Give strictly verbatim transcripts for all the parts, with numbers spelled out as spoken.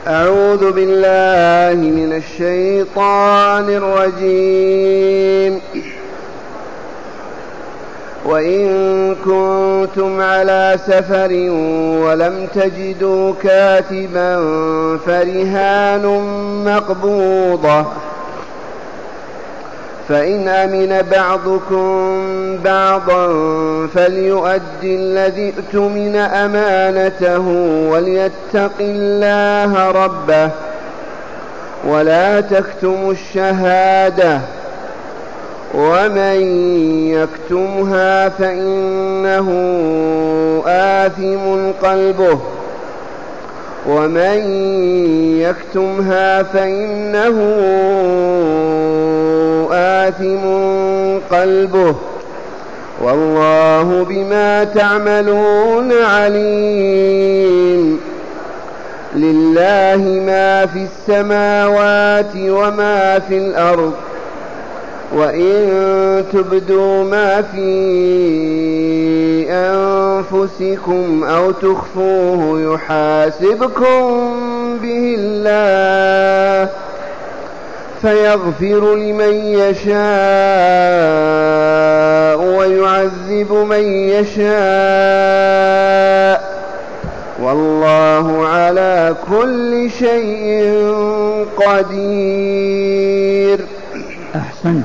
أعوذ بالله من الشيطان الرجيم. وإن كنتم على سفر ولم تجدوا كاتبا فرهان مقبوضة، فإن أمن بعضكم بعضا فليؤدي الذي اؤتمن أمانته وليتق الله ربه ولا تكتموا الشهادة، ومن يكتمها فإنه آثم قلبه ومن يكتمها فإنه آثم قلبه والله بما تعملون عليم. لله ما في السماوات وما في الأرض، وإن تبدوا ما في أنفسكم أو تخفوه يحاسبكم به الله فيغفر لمن يشاء ويعذب من يشاء، والله على كل شيء قدير. أحسنت.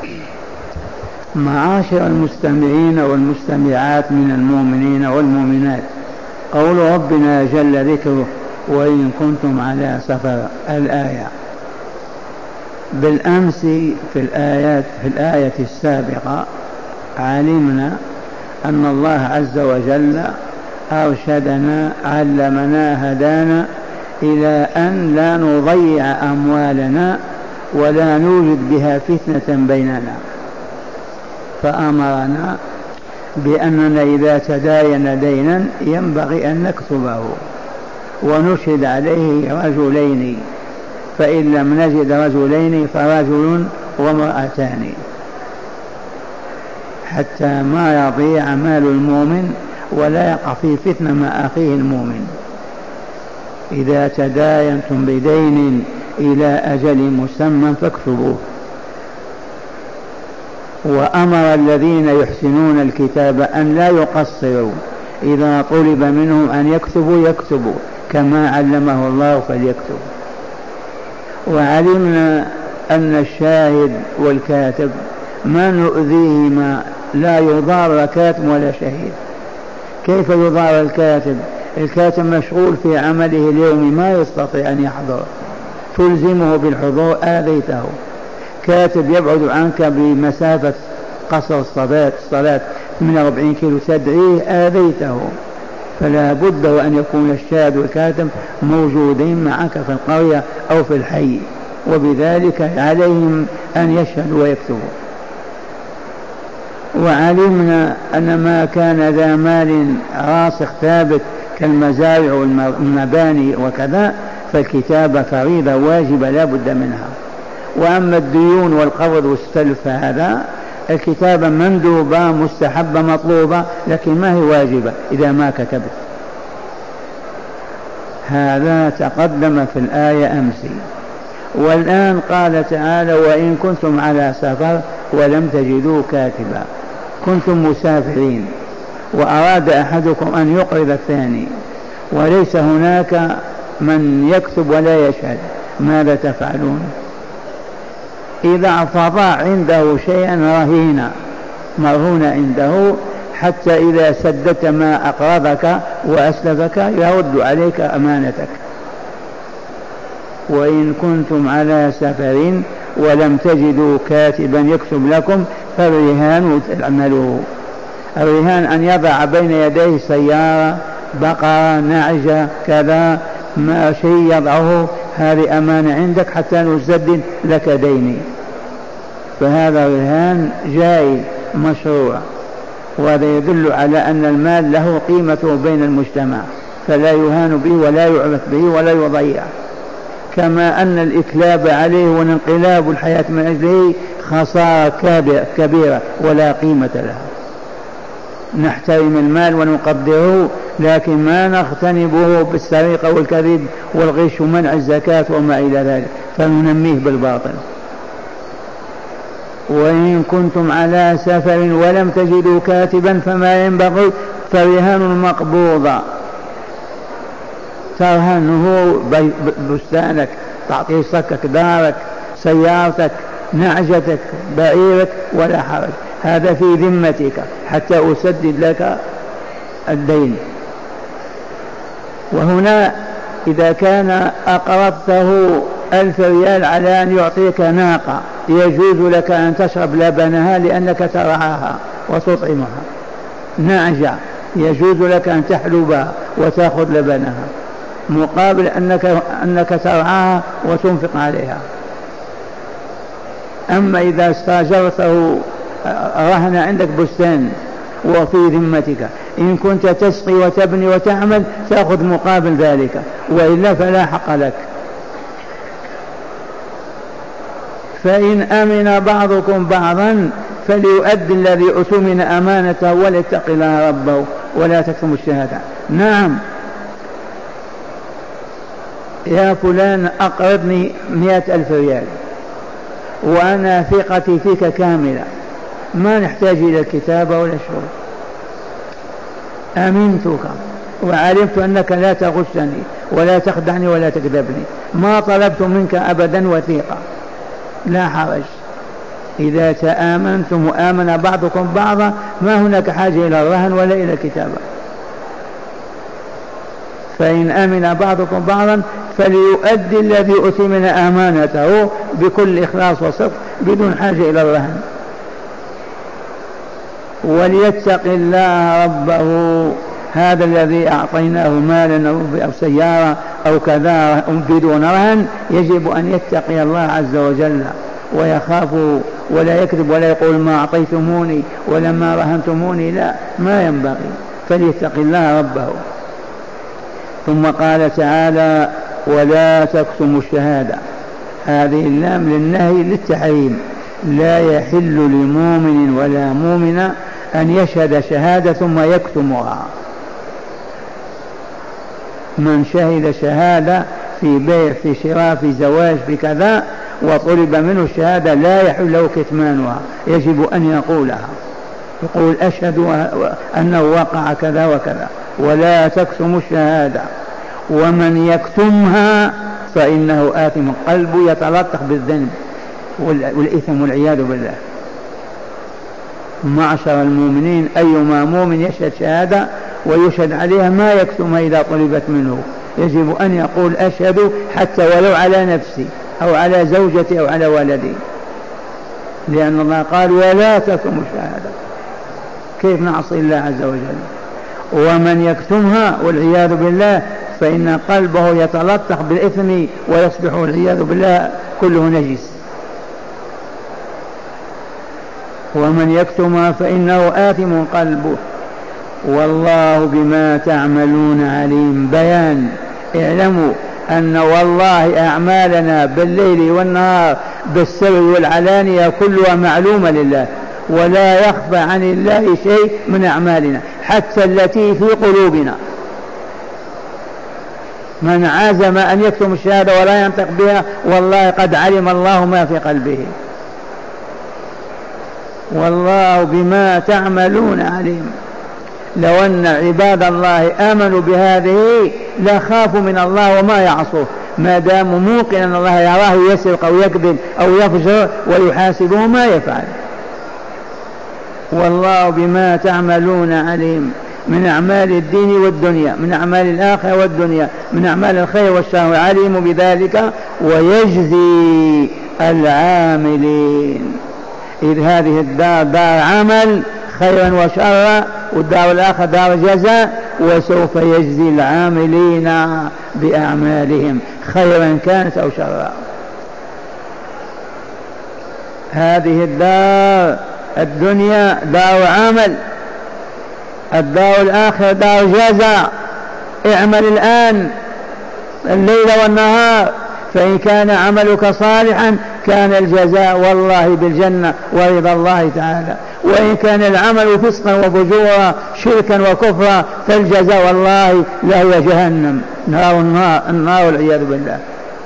معاشر المستمعين والمستمعات من المؤمنين والمؤمنات، قول ربنا جل ذكره وإن كنتم على سفر، الآية. بالأمس في الآيات في الآية السابقة علمنا أن الله عز وجل أرشدنا، علمنا، هدانا إلى أن لا نضيع أموالنا ولا نوجد بها فتنة بيننا، فأمرنا بأننا إذا تداين دينا ينبغي أن نكتبه ونشهد عليه رجلين، فإن لم نجد رجلين فرجل وامرأتان، حتى ما يضيع مال المؤمن ولا يقع في فتنة مع أخيه المؤمن. إذا تداينتم بدين إلى أجل مسمى فاكتبوه. وأمر الذين يحسنون الكتاب أن لا يقصروا، إذا طلب منهم أن يكتبوا يكتبوا كما علمه الله فليكتبوا. وعلمنا أن الشاهد والكاتب ما نؤذيهما، لا يضار كاتب ولا شهيد. كيف يضار الكاتب؟ الكاتب مشغول في عمله اليومي ما يستطيع أن يحضر، تلزمه بالحضور آذيته. كاتب يبعد عنك بمسافة قصر الصلاة الصلاة ثمانية وأربعين كيلو تدعيه آذيته، فلا بد وأن يكون الشاهد والكاتب موجودين معك في القرية أو في الحي، وبذلك عليهم أن يشهدوا ويكتبوا. وعلمنا أن ما كان ذا مال راسخ ثابت كالمزارع والمباني وكذا فالكتابة فريضة واجبة لا بد منها. وأما الديون والقبض والسلف فهذا الكتابة مندوبة مستحبة مطلوبة، لكن ما هي واجبة إذا ما كتبت. هذا تقدم في الآية أمس. والآن قال تعالى وإن كنتم على سفر ولم تجدوا كاتبا، كنتم مسافرين وأراد أحدكم أن يقرض الثاني وليس هناك من يكتب ولا يشهد، ماذا تفعلون؟ إذا اعتضى عنده شيئا رهينا مرهون عنده، حتى إذا سددت ما أقرضك وأسلفك يرد عليك أمانتك. وإن كنتم على سفر ولم تجدوا كاتبا يكتب لكم فالرهان تعملوه. الرهان أن يضع بين يديه سيارة، بقرة، نعجة، كذا، ما شيء يضعه، هذه أمانة عندك حتى نسدد لك ديني، فهذا رهان جائز مشروع. وهذا يدل على أن المال له قيمته بين المجتمع، فلا يهان به ولا يعبث به ولا يضيع. كما أن الإكلاب عليه وانقلاب الحياة من أجله خسارة كبيرة ولا قيمة لها. نحترم المال ونقدره لكن ما نغتنبه بالسرقة والكذب والغش ومنع الزكاة وما إلى ذلك، فننميه بالباطل. وإن كنتم على سفر ولم تجدوا كاتبا فما ينبغي فرهان مقبوضة، ترهنه بستانك، تعطيه صكك، دارك، سيارتك، نعجتك، بعيرك، ولا حرج، هذا في ذمتك حتى أسدد لك الدين. وهنا إذا كان أقرضته ألف ريال على أن يعطيك ناقة يجوز لك أن تشرب لبنها لأنك ترعاها وتطعمها، نعجة يجوز لك أن تحلبها وتأخذ لبنها مقابل أنك, أنك ترعاها وتنفق عليها. أما إذا استاجرته رهن عندك بستان وفي ذمتك، إن كنت تسقي وتبني وتعمل تأخذ مقابل ذلك، وإلا فلا حق لك. فإن أمن بعضكم بعضا فليؤدي الذي أؤتمن أمانته وليتق الله ربه ولا تكتم الشهادة. نعم يا فلان أقرضني مئة ألف ريال وأنا ثقتي فيك كاملة، ما نحتاج إلى الكتابة ولا شغل، أمنتك وعلمت أنك لا تغشني ولا تخدعني ولا تكذبني، ما طلبت منك أبدا وثيقة، لا حرج. إذا تآمنتم وآمن بعضكم بعضا ما هناك حاجة إلى الرهن ولا إلى الكتابة. فإن آمن بعضكم بعضا فليؤدي الذي أؤتمن أمانته بكل إخلاص وصدق بدون حاجة إلى الرهن، وليتق الله ربه. هذا الذي أعطيناه مالا أو سيارة أو كذا بدون رهن يجب أن يتقي الله عز وجل ويخاف ولا يكذب ولا يقول ما أعطيتموني ولا ما رهنتموني، لا، ما ينبغي، فليتق الله ربه. ثم قال تعالى ولا تكتموا الشهادة، هذه اللام للنهي للتحريم، لا يحل لمؤمن ولا مؤمنة أن يشهد شهادة ثم يكتمها. من شهد شهادة في بيع في شراء في زواج في كذا وطلب منه الشهادة لا يحل له كتمانها، يجب أن يقولها، يقول أشهد أنه وقع كذا وكذا. ولا تكتموا الشهادة ومن يكتمها فإنه آثم، قلبه يتلطخ بالذنب والإثم والعياذ بالله. معشر المؤمنين أيما مؤمن يشهد شهادة ويشهد عليها ما يكتمها إذا طلبت منه، يجب أن يقول أشهد حتى ولو على نفسي أو على زوجتي أو على ولدي، لأن الله قال ولا تكتموا الشهادة. كيف نعصي الله عز وجل؟ ومن يكتمها والعياذ بالله فإن قلبه يتلطخ بالإثم ويصبح والعياذ بالله كله نجس. ومن يكتمها فإنه آثم قلبه والله بما تعملون عليم. بيان، اعلموا أن والله أعمالنا بالليل والنهار بالسر والعلانية كلها معلومة لله، ولا يخفى عن الله شيء من أعمالنا حتى التي في قلوبنا. من عزم أن يكتم الشهادة ولا ينطق بها والله قد علم الله ما في قلبه. والله بما تعملون عليم. لو أن عباد الله آمنوا بهذه لخافوا من الله وما يعصوه، ما دام موقن أن الله يراه يسرق أو يكذب أو يفجر ويحاسبه ما يفعل. والله بما تعملون عليم، من أعمال الدين والدنيا، من أعمال الآخرة والدنيا، من أعمال الخير والشر، عليم بذلك ويجزي العاملين. إذ هذه الدار دار عمل خيرا وشرا، والدار الآخرة دار جزاء، وسوف يجزي العاملين بأعمالهم خيرا كانت أو شرا. هذه الدار الدنيا دار عمل، الدار الآخرة دار جزاء. اعمل الآن الليل والنهار، فإن كان عملك صالحا كان الجزاء والله بالجنة ورضا الله تعالى، وإن كان العمل فسقا وفجورا شركا وكفرا فالجزاء والله لهو جهنم نار النار, النار والعياذ بالله.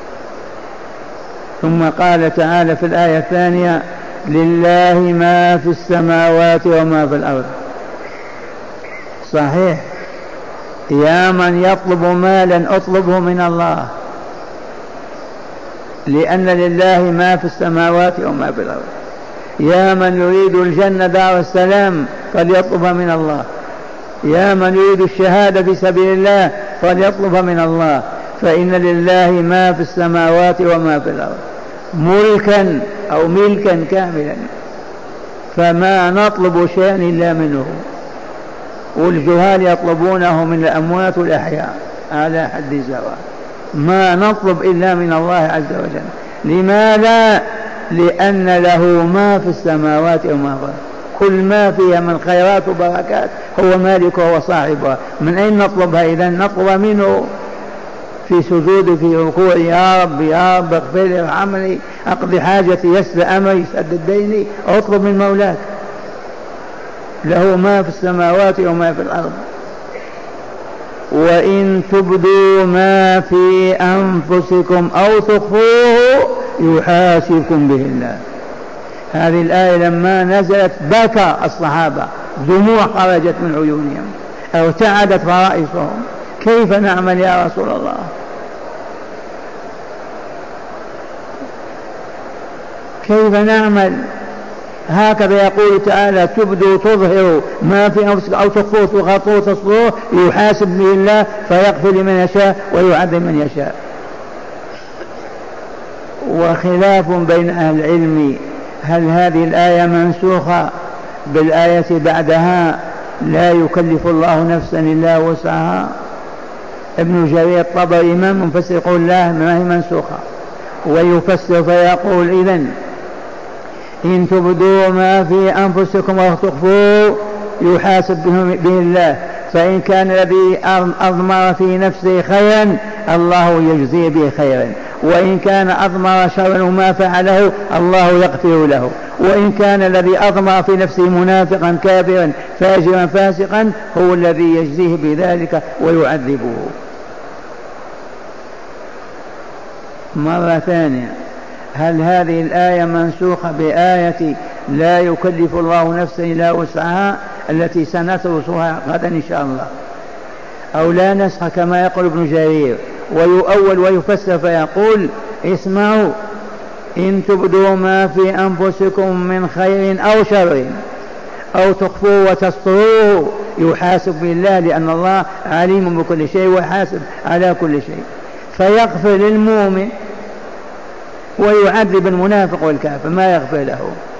ثم قال تعالى في الآية الثانية لله ما في السماوات وما في الأرض. صحيح، يا من يطلب مالا اطلبه من الله، لأن لله ما في السماوات وما في الأرض. يا من يريد الجنة دار السلام فليطلبها من الله، يا من يريد الشهادة في سبيل الله فليطلبها من الله، فإن لله ما في السماوات وما في الأرض ملكا أو ملكا كاملا، فما نطلب شيئا إلا منه. والجهال يطلبونه من الأموات والأحياء على حد سواء، ما نطلب إلا من الله عز وجل. لماذا؟ لأن له ما في السماوات وما في الأرض، كل ما فيها من خيرات وبركات هو مالكها وصاحبها. من أين نطلبها إذن؟ نطلب منه في سجود في ركوع، يا رب يا رب اغفر لي وارحمني أقضي حاجتي يسر أمري سدد ديني، اطلب من مولاك. له ما في السماوات وما في الأرض. وإن تبدوا ما في أنفسكم أو تخفوه يحاسبكم به الله. هذه الآية لما نزلت بكى الصحابة، دموع خرجت من عيونهم، ارتعدت فرائصهم. كيف نعمل يا رسول الله؟ كيف نعمل؟ هكذا يقول تعالى تبدوا تظهروا ما في أنفسكم أو تخفوه تغطوه تصدروه يحاسب به الله فيغفر لمن يشاء ويعذب من يشاء. وخلاف بين أهل العلم، هل هذه الآية منسوخة بالآية بعدها لا يكلف الله نفسا إلا وسعها؟ ابن جرير الطبري إمام مفسر يقول لا، ما هي منسوخة، ويفسر فيقول إذن إن تبدوا ما في أنفسكم أو تخفوه يحاسب به الله، فإن كان الذي أضمر في نفسه خيرا الله يجزي به خيرا، وإن كان أضمر شرا وما فعله الله يغفر له، وإن كان الذي أضمر في نفسه منافقا كافرا فاجرا فاسقا هو الذي يجزيه بذلك ويعذبه. مرة ثانية، هل هذه الآية منسوخة بآية لا يكلف الله نفسا إلا وسعها التي سندرسها غدا إن شاء الله، أو لا نسخ كما يقول ابن جرير ويؤول ويفسر فيقول اسمعوا إن تبدوا ما في أنفسكم من خير أو شر أو تخفوه وتستروه يحاسب بالله، لأن الله عليم بكل شيء وحاسب على كل شيء، فيغفر للمؤمن ويعذب المنافق والكافر ما يغفر له،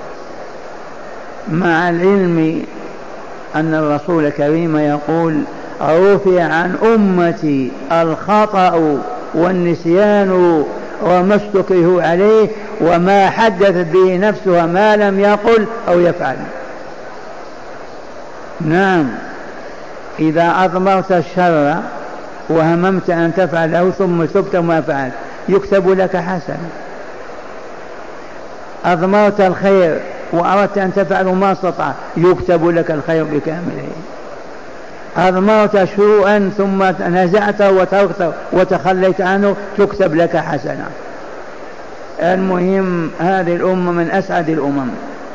مع العلم أن الرسول الكريم يقول رفع عن أمتي الخطأ والنسيان وما استكره عليه وما حدثت به نفسها ما لم يقل أو يفعل. نعم، إذا أضمرت الشر وهممت أن تفعله ثم تبت ما فعلت يكتب لك حسنة. أضمرت الخير وأردت أن تفعل ما استطعت يكتب لك الخير بكامله. أضمرت شيئا ثم نزعته وتركته وتخليت عنه تكتب لك حسنة. المهم هذه الأمة من أسعد الأمم،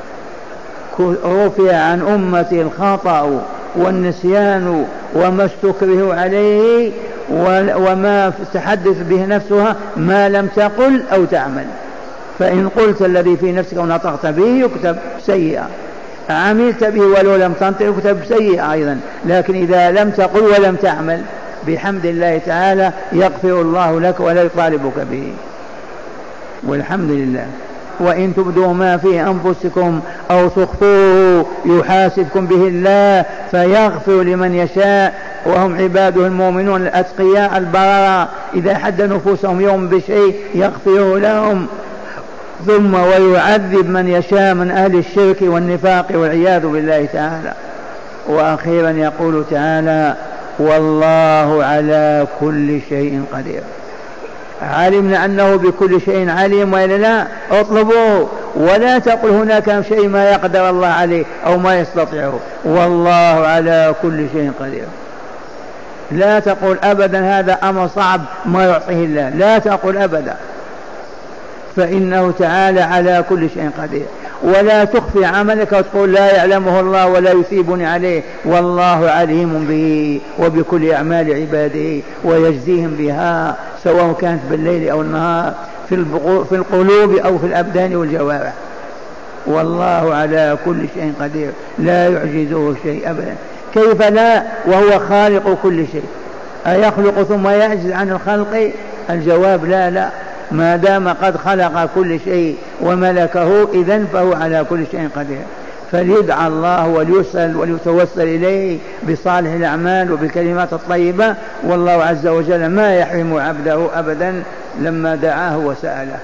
رفع عن أمتي الخطأ والنسيان وما استكره عليه وما تحدث به نفسها ما لم تقل أو تعمل، فإن قلت الذي في نفسك ونطقت به يكتب سيئة، عملت به ولو لم تنطق يكتب سيئة أيضا، لكن إذا لم تقل ولم تعمل بحمد الله تعالى يغفر الله لك ولا يطالبك به، والحمد لله. وإن تبدوا ما في أنفسكم أو تخفوه يحاسبكم به الله فيغفر لمن يشاء وهم عباده المؤمنون الأتقياء البررة، إذا حد نفوسهم يوم بشيء يغفر لهم، ثم ويعذب من يشاء من أهل الشرك والنفاق والعياذ بالله تعالى. وأخيرا يقول تعالى والله على كل شيء قدير. علمنا أنه بكل شيء عليم وإلا لا؟ اطلبوا ولا تقل هناك شيء ما يقدر الله عليه أو ما يستطيعه، والله على كل شيء قدير. لا تقول أبدا هذا أمر صعب ما يعطيه الله، لا تقول أبدا، فإنه تعالى على كل شيء قدير. ولا تخفي عملك وتقول لا يعلمه الله ولا يثيبني عليه، والله عليم به وبكل أعمال عباده ويجزيهم بها سواء كانت بالليل أو النهار، في القلوب أو في الأبدان والجوارح، والله على كل شيء قدير لا يعجزه شيء أبدا. كيف لا وهو خالق كل شيء؟ أيخلق ثم يعجز عن الخلق؟ الجواب لا لا، ما دام قد خلق كل شيء وملكه إذن فهو على كل شيء قدير. فليدعى الله وليسأل وليتوسل إليه بصالح الأعمال وبالكلمات الطيبة، والله عز وجل ما يحرم عبده أبدا لما دعاه وسأله.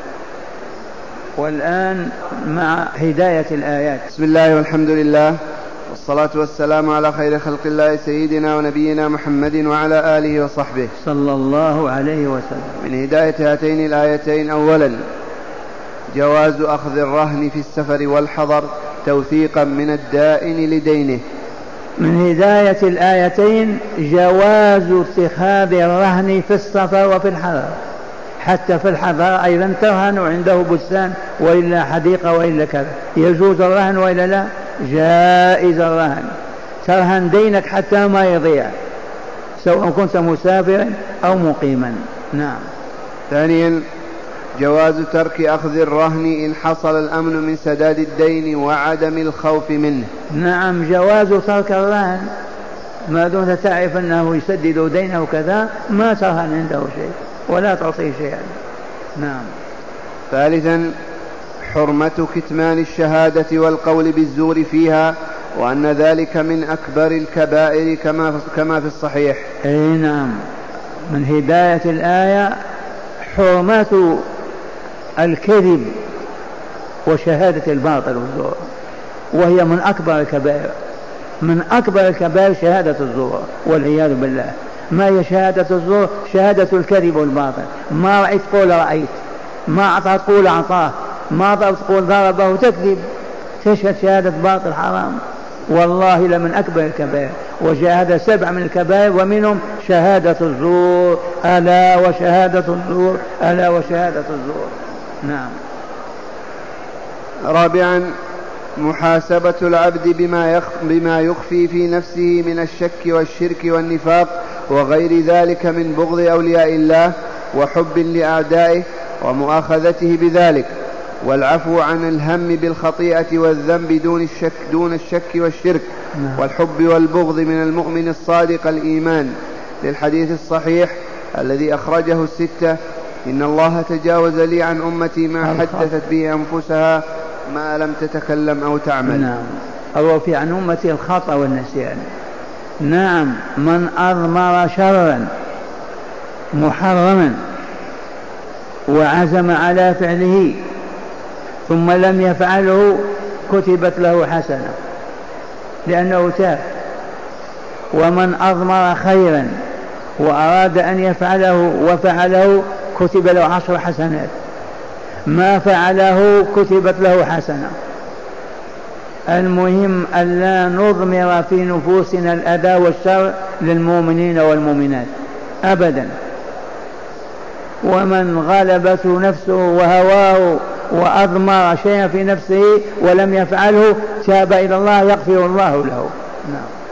والآن مع هداية الآيات. بسم الله والحمد لله والصلاة والسلام على خير خلق الله سيدنا ونبينا محمد وعلى آله وصحبه صلى الله عليه وسلم. من هداية هاتين الآيتين: أولا جواز أخذ الرهن في السفر والحضر توثيقا من الدائن لدينه. من هداية الآيتين جواز اتخاذ الرهن في السفر وفي الحضر، حتى في الحضر أيضا ترهن عنده بستان وإلا حديقة وإلا كذا، يجوز الرهن وإلا لا؟ جائز الرهن، ترهن دينك حتى ما يضيع سواء كنت مسافرا أو مقيما. نعم. ثانيا جواز ترك أخذ الرهن إن حصل الأمن من سداد الدين وعدم الخوف منه. نعم، جواز ترك الرهن ما دون تعرف أنه يسدد دينه كذا، ما ترهن عنده شيء ولا تعطيه شيئا. نعم. ثالثا حرمة كتمان الشهادة والقول بالزور فيها، وأن ذلك من أكبر الكبائر كما كما في الصحيح. أي نعم. من هداية الآية حرمة الكذب وشهادة الباطل والزور، وهي من أكبر الكبائر، من أكبر الكبائر شهادة الزور والعياذ بالله. ما هي شهادة الزور؟ شهادة الكذب والباطل. ما رأيت قول رأيت، ما أعطى تقول أعطاه، ما ضربت تقول ضربه، تكذب، تشهد شهادة باطل حرام، والله لمن أكبر الكبائر. وشهادة سبع من الكبائر ومنهم شهادة الزور، ألا وشهادة الزور، ألا وشهادة الزور. نعم. رابعا محاسبة العبد بما بما يخفي في نفسه من الشك والشرك والنفاق وغير ذلك من بغض أولياء الله وحب لأعدائه ومؤاخذته بذلك، والعفو عن الهم بالخطيئة والذنب دون الشك دون الشك والشرك والحب والبغض من المؤمن الصادق الإيمان، للحديث الصحيح الذي أخرجه الستة: إن الله تجاوز لي عن أمتي ما حدثت به أنفسها ما لم تتكلم أو تعمل. نعم. أو في عن أمتي الخطأ والنسيان. نعم. من أضمر شرا محرما وعزم على فعله ثم لم يفعله كتبت له حسنة لأنه تاب. ومن أضمر خيرا وأراد أن يفعله وفعله كتب له عشر حسنات، ما فعله كتبت له حسنة. المهم ألا نضمر في نفوسنا الأذى والشر للمؤمنين والمؤمنات أبدا. ومن غلبته نفسه وهواه وأضمر شيئا في نفسه ولم يفعله تاب إلى الله يغفر الله له. نعم.